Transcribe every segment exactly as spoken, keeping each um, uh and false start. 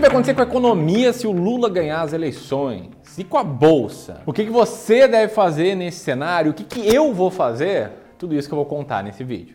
que vai acontecer com a economia se o Lula ganhar as eleições? E com a Bolsa? O que que você deve fazer nesse cenário? O que que eu vou fazer? Tudo isso que eu vou contar nesse vídeo.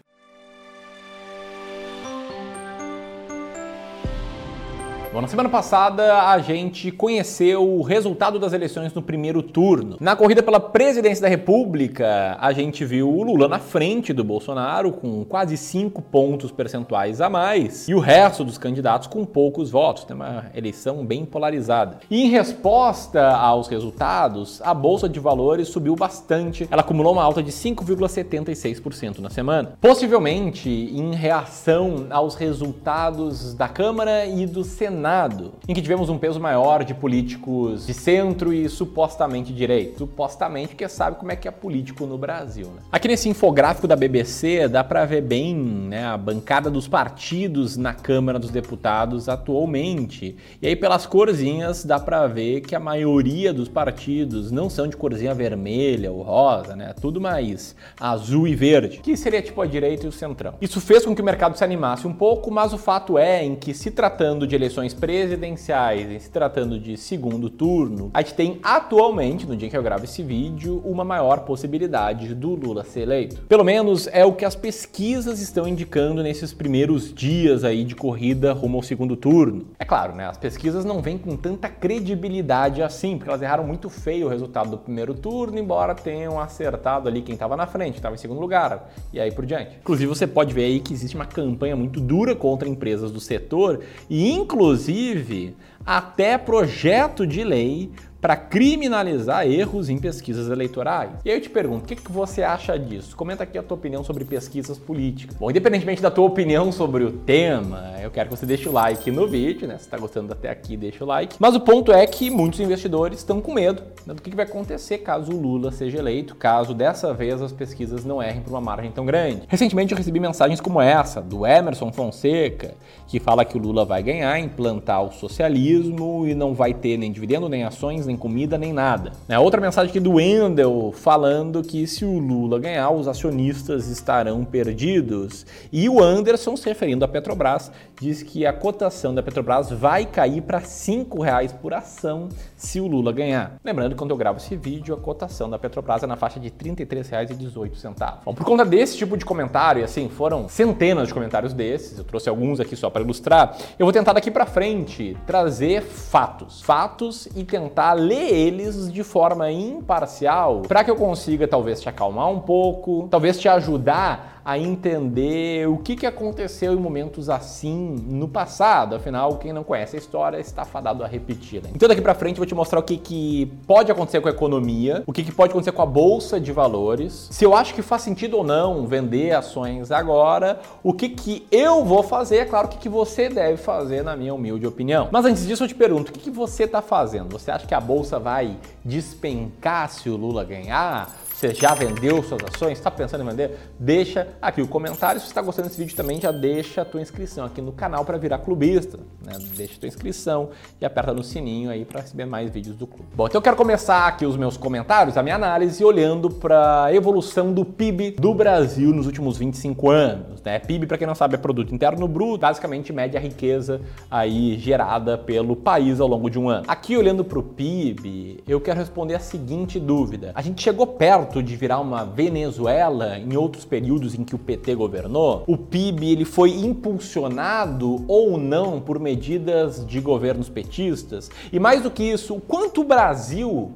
Bom, na semana passada a gente conheceu o resultado das eleições no primeiro turno. Na corrida pela presidência da República, a gente viu o Lula na frente do Bolsonaro com quase cinco pontos percentuais a mais e o resto dos candidatos com poucos votos. Tem uma eleição bem polarizada. E em resposta aos resultados, a Bolsa de Valores subiu bastante. Ela acumulou uma alta de cinco vírgula setenta e seis por cento na semana. Possivelmente em reação aos resultados da Câmara e do Senado, em que tivemos um peso maior de políticos de centro e supostamente direito. Supostamente, porque sabe como é que é político no Brasil, né? Aqui nesse infográfico da B B C dá pra ver bem, né, a bancada dos partidos na Câmara dos Deputados atualmente. E aí pelas corzinhas dá pra ver que a maioria dos partidos não são de corzinha vermelha ou rosa, né? Tudo mais azul e verde, que seria tipo a direita e o centrão. Isso fez com que o mercado se animasse um pouco, mas o fato é em que, se tratando de eleições presidenciais, em se tratando de segundo turno, a gente tem atualmente, no dia que eu gravo esse vídeo, uma maior possibilidade do Lula ser eleito. Pelo menos é o que as pesquisas estão indicando nesses primeiros dias aí de corrida rumo ao segundo turno. É claro, né? As pesquisas não vêm com tanta credibilidade assim, porque elas erraram muito feio o resultado do primeiro turno, embora tenham acertado ali quem estava na frente, estava em segundo lugar, e aí por diante. Inclusive você pode ver aí que existe uma campanha muito dura contra empresas do setor e inclusive Inclusive, até projeto de lei para criminalizar erros em pesquisas eleitorais. E aí eu te pergunto, o que que você acha disso? Comenta aqui a tua opinião sobre pesquisas políticas. Bom, independentemente da tua opinião sobre o tema, eu quero que você deixe o like no vídeo, né? Se tá gostando até aqui, deixa o like. Mas o ponto é que muitos investidores estão com medo, né, do que que vai acontecer caso o Lula seja eleito, caso dessa vez as pesquisas não errem por uma margem tão grande. Recentemente eu recebi mensagens como essa, do Emerson Fonseca, que fala que o Lula vai ganhar, implantar o socialismo e não vai ter nem dividendo, nem ações, nem comida, nem nada. Né? Outra mensagem aqui do Wendel falando que se o Lula ganhar, os acionistas estarão perdidos. E o Anderson, se referindo à Petrobras, diz que a cotação da Petrobras vai cair para cinco reais por ação se o Lula ganhar. Lembrando que quando eu gravo esse vídeo, a cotação da Petrobras é na faixa de trinta e três reais e dezoito centavos. Bom, por conta desse tipo de comentário, e assim, foram centenas de comentários desses, eu trouxe alguns aqui só para ilustrar, eu vou tentar daqui para frente trazer fatos. Fatos e tentar ler eles de forma imparcial para que eu consiga talvez te acalmar um pouco, talvez te ajudar a entender o que que aconteceu em momentos assim no passado. Afinal, quem não conhece a história está fadado a repeti-la. Então daqui para frente eu vou te mostrar o que que pode acontecer com a economia, o que que pode acontecer com a Bolsa de Valores, se eu acho que faz sentido ou não vender ações agora, o que que eu vou fazer, é claro, o que que você deve fazer na minha humilde opinião. Mas antes disso eu te pergunto, o que que você está fazendo? Você acha que a Bolsa vai despencar se o Lula ganhar? Você já vendeu suas ações? Está pensando em vender? Deixa aqui o comentário. Se você está gostando desse vídeo também, já deixa a tua inscrição aqui no canal para virar clubista, né? Deixa a tua inscrição e aperta no sininho aí para receber mais vídeos do clube. Bom, então eu quero começar aqui os meus comentários, a minha análise, olhando para a evolução do P I B do Brasil nos últimos vinte e cinco anos, né? P I B, para quem não sabe, é Produto Interno Bruto, basicamente mede a riqueza aí gerada pelo país ao longo de um ano. Aqui, olhando para o P I B, eu quero responder a seguinte dúvida. A gente chegou perto de virar uma Venezuela em outros períodos em que o P T governou? O P I B ele foi impulsionado ou não por medidas de governos petistas? E mais do que isso, o quanto o Brasil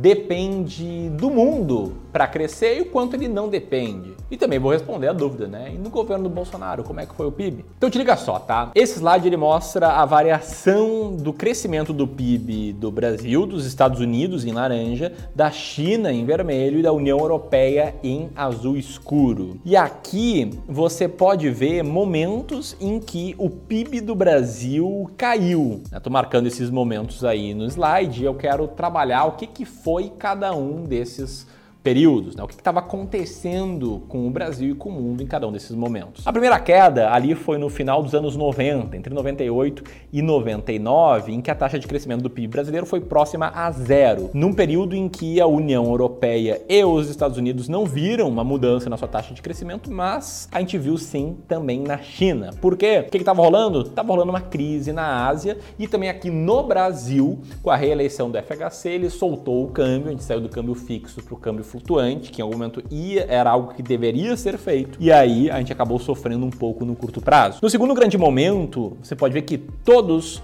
depende do mundo para crescer e o quanto ele não depende. E também vou responder a dúvida, né? E no governo do Bolsonaro, como é que foi o P I B? Então te liga só, tá? Esse slide ele mostra a variação do crescimento do P I B do Brasil, dos Estados Unidos em laranja, da China em vermelho e da União Europeia em azul escuro. E aqui você pode ver momentos em que o P I B do Brasil caiu. Eu tô marcando esses momentos aí no slide e eu quero trabalhar o que que foi cada um desses períodos, né? O que estava acontecendo com o Brasil e com o mundo em cada um desses momentos. A primeira queda ali foi no final dos anos noventa, entre noventa e oito e noventa e nove, em que a taxa de crescimento do P I B brasileiro foi próxima a zero, num período em que a União Europeia e os Estados Unidos não viram uma mudança na sua taxa de crescimento, mas a gente viu sim também na China. Por quê? O que estava rolando? Estava rolando uma crise na Ásia e também aqui no Brasil, com a reeleição do F H C, ele soltou o câmbio, a gente saiu do câmbio fixo para o câmbio flutuante, que em algum momento ia, era algo que deveria ser feito, e aí a gente acabou sofrendo um pouco no curto prazo. No segundo grande momento, você pode ver que todos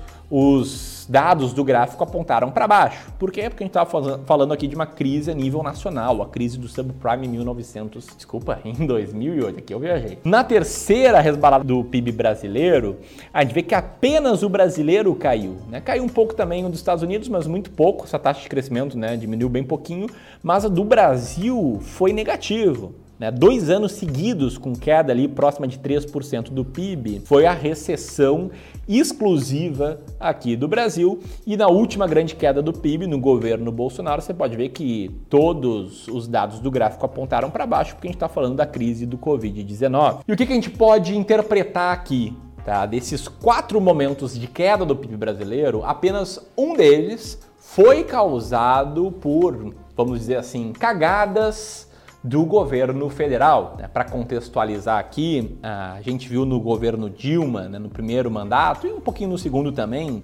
os dados do gráfico apontaram para baixo. Por quê? Porque a gente estava falando aqui de uma crise a nível nacional, a crise do subprime em mil e novecentos, desculpa, em dois mil e oito, aqui eu viajei. Na terceira resbalada do P I B brasileiro, a gente vê que apenas o brasileiro caiu, né? Caiu um pouco também o dos Estados Unidos, mas muito pouco, essa taxa de crescimento, né, diminuiu bem pouquinho, mas a do Brasil foi negativo. Né, dois anos seguidos com queda ali próxima de três por cento do P I B, foi a recessão exclusiva aqui do Brasil. E na última grande queda do P I B no governo Bolsonaro, você pode ver que todos os dados do gráfico apontaram para baixo, porque a gente está falando da crise do covid dezenove. E o que, que a gente pode interpretar aqui? Tá? Desses quatro momentos de queda do P I B brasileiro, apenas um deles foi causado por, vamos dizer assim, cagadas do governo federal. Para contextualizar aqui, a gente viu no governo Dilma, né, no primeiro mandato e um pouquinho no segundo também,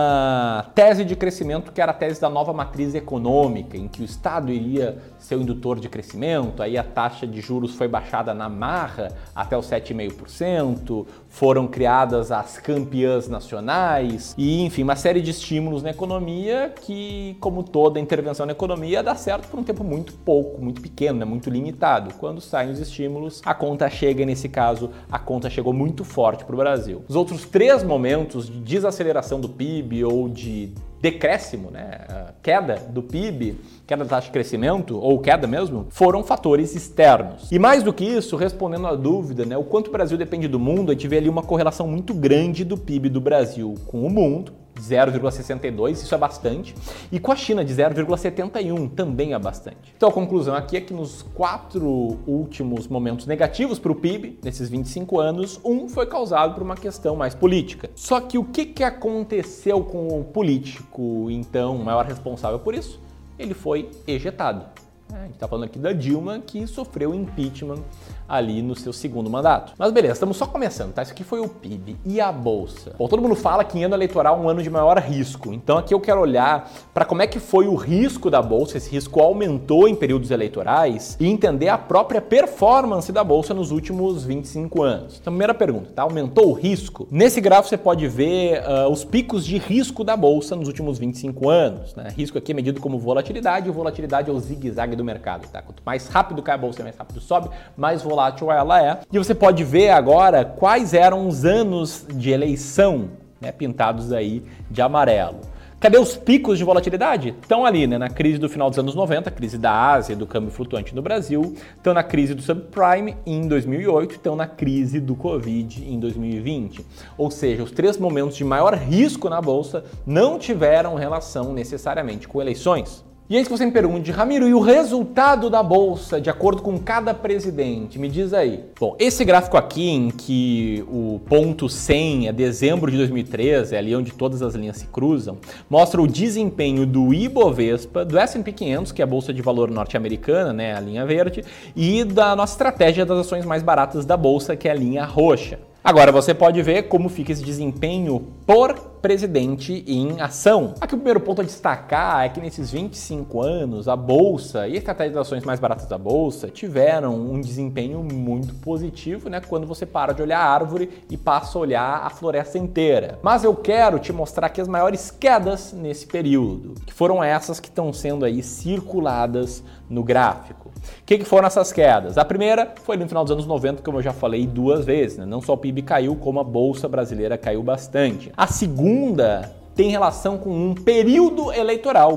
uma tese de crescimento que era a tese da nova matriz econômica, em que o Estado iria ser o indutor de crescimento, aí a taxa de juros foi baixada na marra até os sete vírgula cinco por cento, foram criadas as campeãs nacionais e, enfim, uma série de estímulos na economia que, como toda intervenção na economia, dá certo por um tempo muito pouco, muito pequeno, né, muito limitado. Quando saem os estímulos, a conta chega, e nesse caso, a conta chegou muito forte para o Brasil. Os outros três momentos de desaceleração do P I B ou de decréscimo, né, queda do P I B, queda da taxa de crescimento, ou queda mesmo, foram fatores externos. E mais do que isso, respondendo à dúvida, né, o quanto o Brasil depende do mundo, a gente vê ali uma correlação muito grande do P I B do Brasil com o mundo, zero vírgula sessenta e dois, isso é bastante, e com a China de zero vírgula setenta e um, também é bastante. Então a conclusão aqui é que nos quatro últimos momentos negativos para o P I B, nesses vinte e cinco anos, um foi causado por uma questão mais política. Só que o que, que aconteceu com o político, então, maior responsável por isso? Ele foi ejetado. A gente está falando aqui da Dilma, que sofreu impeachment ali no seu segundo mandato. Mas beleza, estamos só começando, tá? Isso aqui foi o P I B. E a Bolsa? Bom, todo mundo fala que em ano eleitoral é um ano de maior risco. Então aqui eu quero olhar para como é que foi o risco da Bolsa, esse risco aumentou em períodos eleitorais, e entender a própria performance da Bolsa nos últimos vinte e cinco anos. Então, primeira pergunta, tá? Aumentou o risco? Nesse gráfico você pode ver uh, os picos de risco da Bolsa nos últimos vinte e cinco anos, né? Risco aqui é medido como volatilidade, e volatilidade é o zigue-zague do mercado, tá? Quanto mais rápido cai a Bolsa, mais rápido sobe, mais volátil ela é. E você pode ver agora quais eram os anos de eleição, né, pintados aí de amarelo. Cadê os picos de volatilidade? Estão ali, né, na crise do final dos anos noventa, crise da Ásia, do câmbio flutuante no Brasil, estão na crise do subprime em dois mil e oito, estão na crise do Covid em dois mil e vinte. Ou seja, os três momentos de maior risco na Bolsa não tiveram relação necessariamente com eleições. E antes que você me pergunte, Ramiro, e o resultado da Bolsa de acordo com cada presidente? Me diz aí. Bom, esse gráfico aqui em que o ponto cem é dezembro de dois mil e treze, é ali onde todas as linhas se cruzam, mostra o desempenho do Ibovespa, do S and P quinhentos, que é a Bolsa de Valor norte-americana, né, a linha verde, e da nossa estratégia das ações mais baratas da Bolsa, que é a linha roxa. Agora você pode ver como fica esse desempenho por presidente em ação. Aqui o primeiro ponto a destacar é que nesses vinte e cinco anos a Bolsa e a estratégia das ações mais baratas da Bolsa tiveram um desempenho muito positivo, né, quando você para de olhar a árvore e passa a olhar a floresta inteira. Mas eu quero te mostrar aqui as maiores quedas nesse período, que foram essas que estão sendo aí circuladas no gráfico. O que, que foram essas quedas? A primeira foi no final dos anos noventa, como eu já falei duas vezes, né? Não só o P I B caiu, como a Bolsa brasileira caiu bastante. A segunda tem relação com um período eleitoral,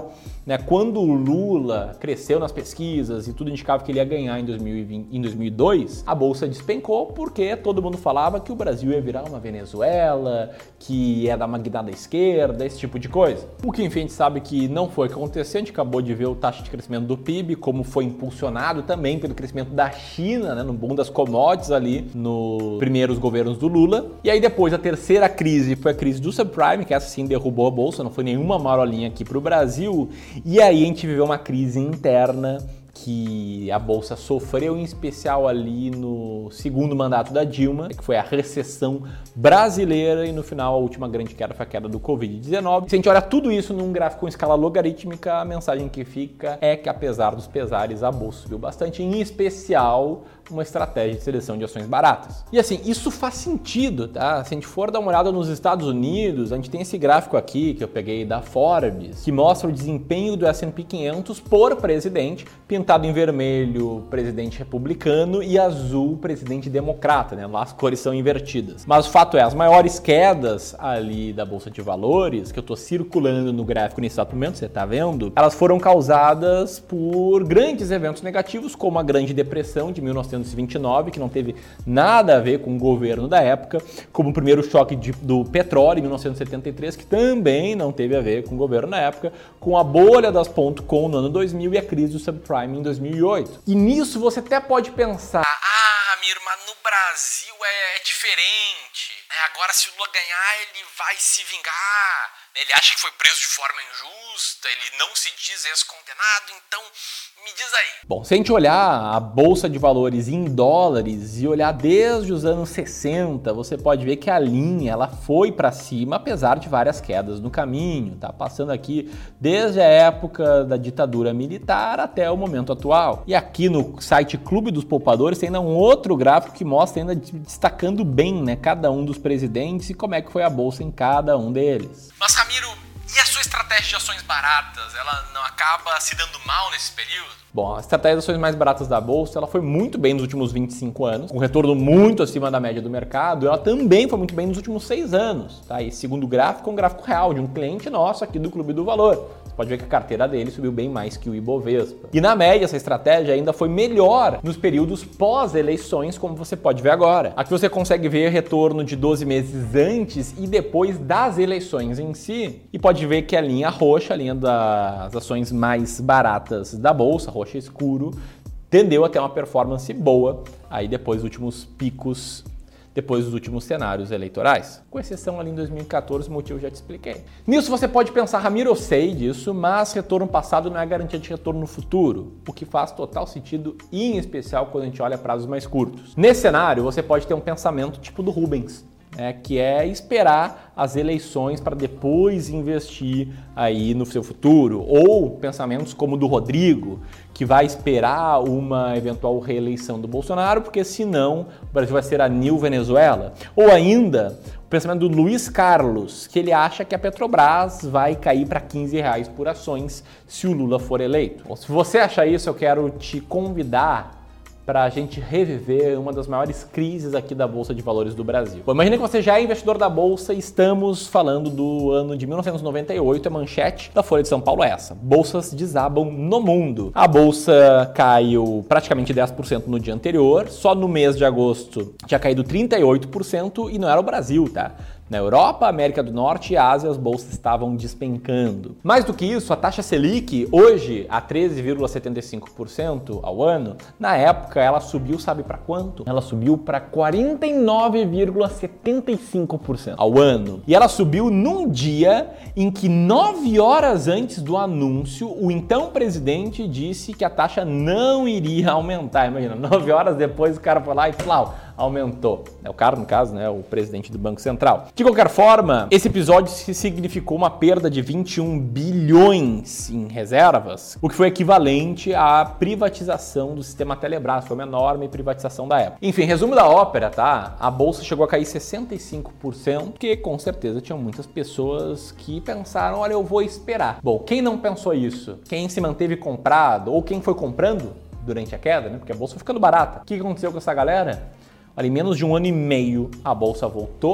né? Quando o Lula cresceu nas pesquisas e tudo indicava que ele ia ganhar em dois mil e vinte, em dois mil e dois, a bolsa despencou porque todo mundo falava que o Brasil ia virar uma Venezuela, que ia dar uma guinada à esquerda, esse tipo de coisa. O que, enfim, a gente sabe que não foi o que aconteceu. A gente acabou de ver o taxa de crescimento do P I B, como foi impulsionado também pelo crescimento da China, né, no boom das commodities ali nos primeiros governos do Lula. E aí depois a terceira crise foi a crise do subprime, que essa sim derrubou a bolsa, não foi nenhuma marolinha aqui para o Brasil. E aí a gente viveu uma crise interna que a bolsa sofreu, em especial ali no segundo mandato da Dilma, que foi a recessão brasileira, e no final a última grande queda foi a queda do covid dezenove. Se a gente olha tudo isso num gráfico em escala logarítmica, a mensagem que fica é que, apesar dos pesares, a bolsa subiu bastante, em especial uma estratégia de seleção de ações baratas. E assim, isso faz sentido, tá? Se a gente for dar uma olhada nos Estados Unidos, a gente tem esse gráfico aqui que eu peguei da Forbes, que mostra o desempenho do S and P quinhentos por presidente, pintado em vermelho, presidente republicano, e azul, presidente democrata, né? Lá as cores são invertidas. Mas o fato é, as maiores quedas ali da Bolsa de Valores, que eu tô circulando no gráfico nesse exato momento, você tá vendo, elas foram causadas por grandes eventos negativos, como a Grande Depressão de mil novecentos e vinte e nove, que não teve nada a ver com o governo da época, como o primeiro choque de, do petróleo em mil novecentos e setenta e três, que também não teve a ver com o governo na época, com a bolha das .com no ano dois mil e a crise do subprime em dois mil e oito. E nisso você até pode pensar: ah, Ramiro, mas no Brasil é, é diferente. Né? Agora, se o Lula ganhar, ele vai se vingar. Ele acha que foi preso de forma injusta, ele não se diz ex-condenado, então me diz aí. Bom, se a gente olhar a Bolsa de Valores em dólares e olhar desde os anos sessenta, você pode ver que a linha ela foi para cima, apesar de várias quedas no caminho, tá? Passando aqui desde a época da ditadura militar até o momento atual. E aqui no site Clube dos Poupadores tem ainda um outro gráfico que mostra ainda destacando bem, né, cada um dos presidentes e como é que foi a bolsa em cada um deles. Mas, Ramiro, e a sua estratégia de ações baratas, ela não acaba se dando mal nesse período? Bom, a estratégia de ações mais baratas da bolsa, ela foi muito bem nos últimos vinte e cinco anos, com um retorno muito acima da média do mercado. Ela também foi muito bem nos últimos seis anos, tá? E segundo o gráfico, é um gráfico real de um cliente nosso aqui do Clube do Valor. Você pode ver que a carteira dele subiu bem mais que o Ibovespa. E na média, essa estratégia ainda foi melhor nos períodos pós-eleições, como você pode ver agora. Aqui você consegue ver retorno de doze meses antes e depois das eleições em si. E pode ver que a linha roxa, a linha das ações mais baratas da bolsa, roxa escuro, tendeu a ter uma performance boa aí depois dos últimos picos, depois dos últimos cenários eleitorais. Com exceção ali em dois mil e quatorze, o motivo eu já te expliquei. Nisso você pode pensar: Ramiro, eu sei disso, mas retorno passado não é garantia de retorno no futuro, o que faz total sentido, e em especial quando a gente olha prazos mais curtos. Nesse cenário, você pode ter um pensamento tipo do Rubens, É, que é esperar as eleições para depois investir aí no seu futuro, ou pensamentos como o do Rodrigo, que vai esperar uma eventual reeleição do Bolsonaro, porque senão o Brasil vai ser a New Venezuela, ou ainda o pensamento do Luiz Carlos, que ele acha que a Petrobras vai cair para quinze reais por ações se o Lula for eleito. Bom, se você acha isso, eu quero te convidar para a gente reviver uma das maiores crises aqui da Bolsa de Valores do Brasil. Bom, imagina que você já é investidor da Bolsa e estamos falando do ano de mil novecentos e noventa e oito, a manchete da Folha de São Paulo é essa: bolsas desabam no mundo. A Bolsa caiu praticamente dez por cento no dia anterior, só no mês de agosto tinha caído trinta e oito por cento e não era o Brasil, tá? Na Europa, América do Norte e Ásia, as bolsas estavam despencando. Mais do que isso, a taxa Selic, hoje a treze vírgula setenta e cinco por cento ao ano, na época ela subiu, sabe para quanto? Ela subiu para quarenta e nove vírgula setenta e cinco por cento ao ano. E ela subiu num dia em que, nove horas antes do anúncio, o então presidente disse que a taxa não iria aumentar. Imagina, nove horas depois o cara foi lá e plau, aumentou. É o cara, no caso, né, o presidente do Banco Central. De qualquer forma, esse episódio significou uma perda de vinte e um bilhões em reservas, o que foi equivalente à privatização do sistema Telebrás. Foi uma enorme privatização da época. Enfim, resumo da ópera, tá? A bolsa chegou a cair sessenta e cinco por cento, que com certeza tinham muitas pessoas que pensaram: olha, eu vou esperar. Bom, quem não pensou isso? Quem se manteve comprado ou quem foi comprando durante a queda, né? Porque a bolsa foi ficando barata. O que aconteceu com essa galera? Olha, em menos de um ano e meio, a bolsa voltou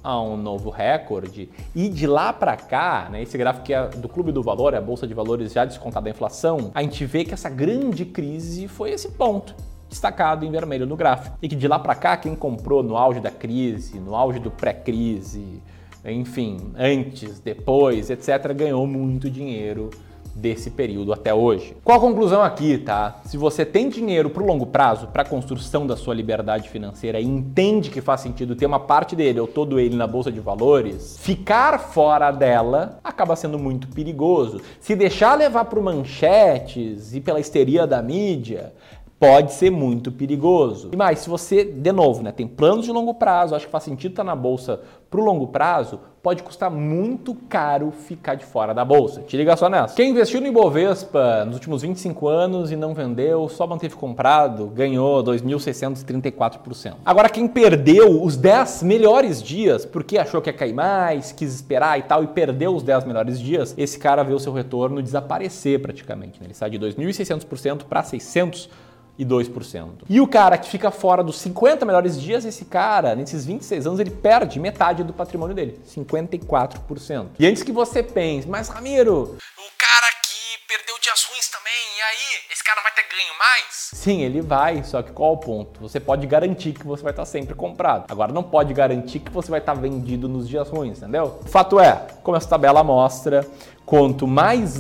a um novo recorde e de lá para cá, né, esse gráfico que é do Clube do Valor, é a Bolsa de Valores já descontada a inflação, a gente vê que essa grande crise foi esse ponto destacado em vermelho no gráfico. E que de lá para cá, quem comprou no auge da crise, no auge do pré-crise, enfim, antes, depois, etcétera, ganhou muito dinheiro desse período até hoje. Qual a conclusão aqui, tá? Se você tem dinheiro para o longo prazo, para a construção da sua liberdade financeira e entende que faz sentido ter uma parte dele ou todo ele na bolsa de valores, ficar fora dela acaba sendo muito perigoso. Se deixar levar por manchetes e pela histeria da mídia, pode ser muito perigoso. E mais, se você, de novo, né, tem planos de longo prazo, acho que faz sentido estar na bolsa para o longo prazo, pode custar muito caro ficar de fora da bolsa. Te liga só nessa. Quem investiu no Ibovespa nos últimos vinte e cinco anos e não vendeu, só manteve comprado, ganhou dois mil seiscentos e trinta e quatro por cento. Agora, quem perdeu os dez melhores dias, porque achou que ia cair mais, quis esperar e tal, e perdeu os dez melhores dias, esse cara vê o seu retorno desaparecer praticamente, né? Ele sai de dois mil e seiscentos por cento para seiscentos e dois por cento. E o cara que fica fora dos cinquenta melhores dias, esse cara, nesses vinte e seis anos, ele perde metade do patrimônio dele, cinquenta e quatro por cento. E antes que você pense, mas Ramiro, o cara que perdeu de ações também, e aí? Esse cara vai ter ganho mais? Sim, ele vai, só que qual o ponto? Você pode garantir que você vai estar sempre comprado. Agora, não pode garantir que você vai estar vendido nos dias ruins, entendeu? O fato é, como essa tabela mostra, quanto mais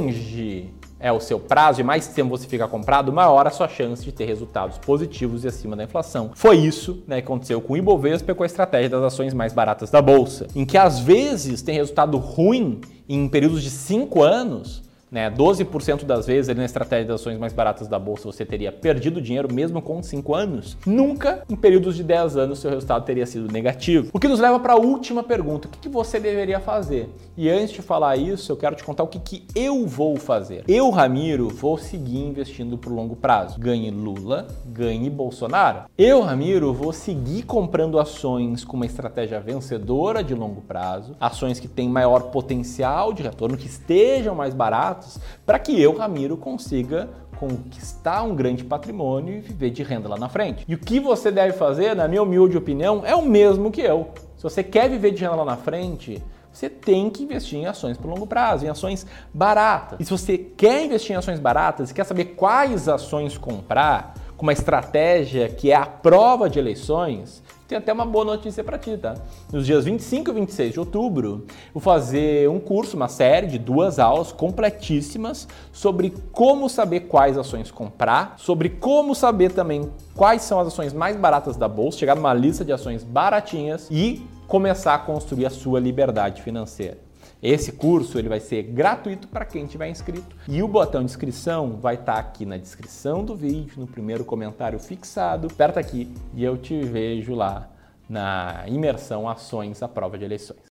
longe é o seu prazo e mais tempo você fica comprado, maior a sua chance de ter resultados positivos e acima da inflação. Foi isso, né, que aconteceu com o Ibovespa e com a estratégia das ações mais baratas da bolsa, em que às vezes tem resultado ruim em períodos de cinco anos, né, doze por cento das vezes ali na estratégia das ações mais baratas da bolsa você teria perdido dinheiro mesmo com cinco anos. Nunca em períodos de dez anos seu resultado teria sido negativo. O que nos leva para a última pergunta: o que, que você deveria fazer? E antes de falar isso, eu quero te contar o que, que eu vou fazer. Eu, Ramiro, vou seguir investindo por longo prazo. Ganhe Lula, ganhe Bolsonaro. Eu, Ramiro, vou seguir comprando ações com uma estratégia vencedora de longo prazo, ações que têm maior potencial de retorno, que estejam mais baratas, para que eu, Ramiro, consiga conquistar um grande patrimônio e viver de renda lá na frente. E o que você deve fazer, na minha humilde opinião, é o mesmo que eu. Se você quer viver de renda lá na frente, você tem que investir em ações por longo prazo, em ações baratas. E se você quer investir em ações baratas e quer saber quais ações comprar, com uma estratégia que é a prova de eleições, tem até uma boa notícia para ti, tá? Nos dias vinte e cinco e vinte e seis de outubro, vou fazer um curso, uma série de duas aulas completíssimas sobre como saber quais ações comprar, sobre como saber também quais são as ações mais baratas da bolsa, chegar numa lista de ações baratinhas e começar a construir a sua liberdade financeira. Esse curso ele vai ser gratuito para quem tiver inscrito e o botão de inscrição vai estar aqui na descrição do vídeo, no primeiro comentário fixado. Aperta aqui e eu te vejo lá na imersão Ações à Prova de Eleições.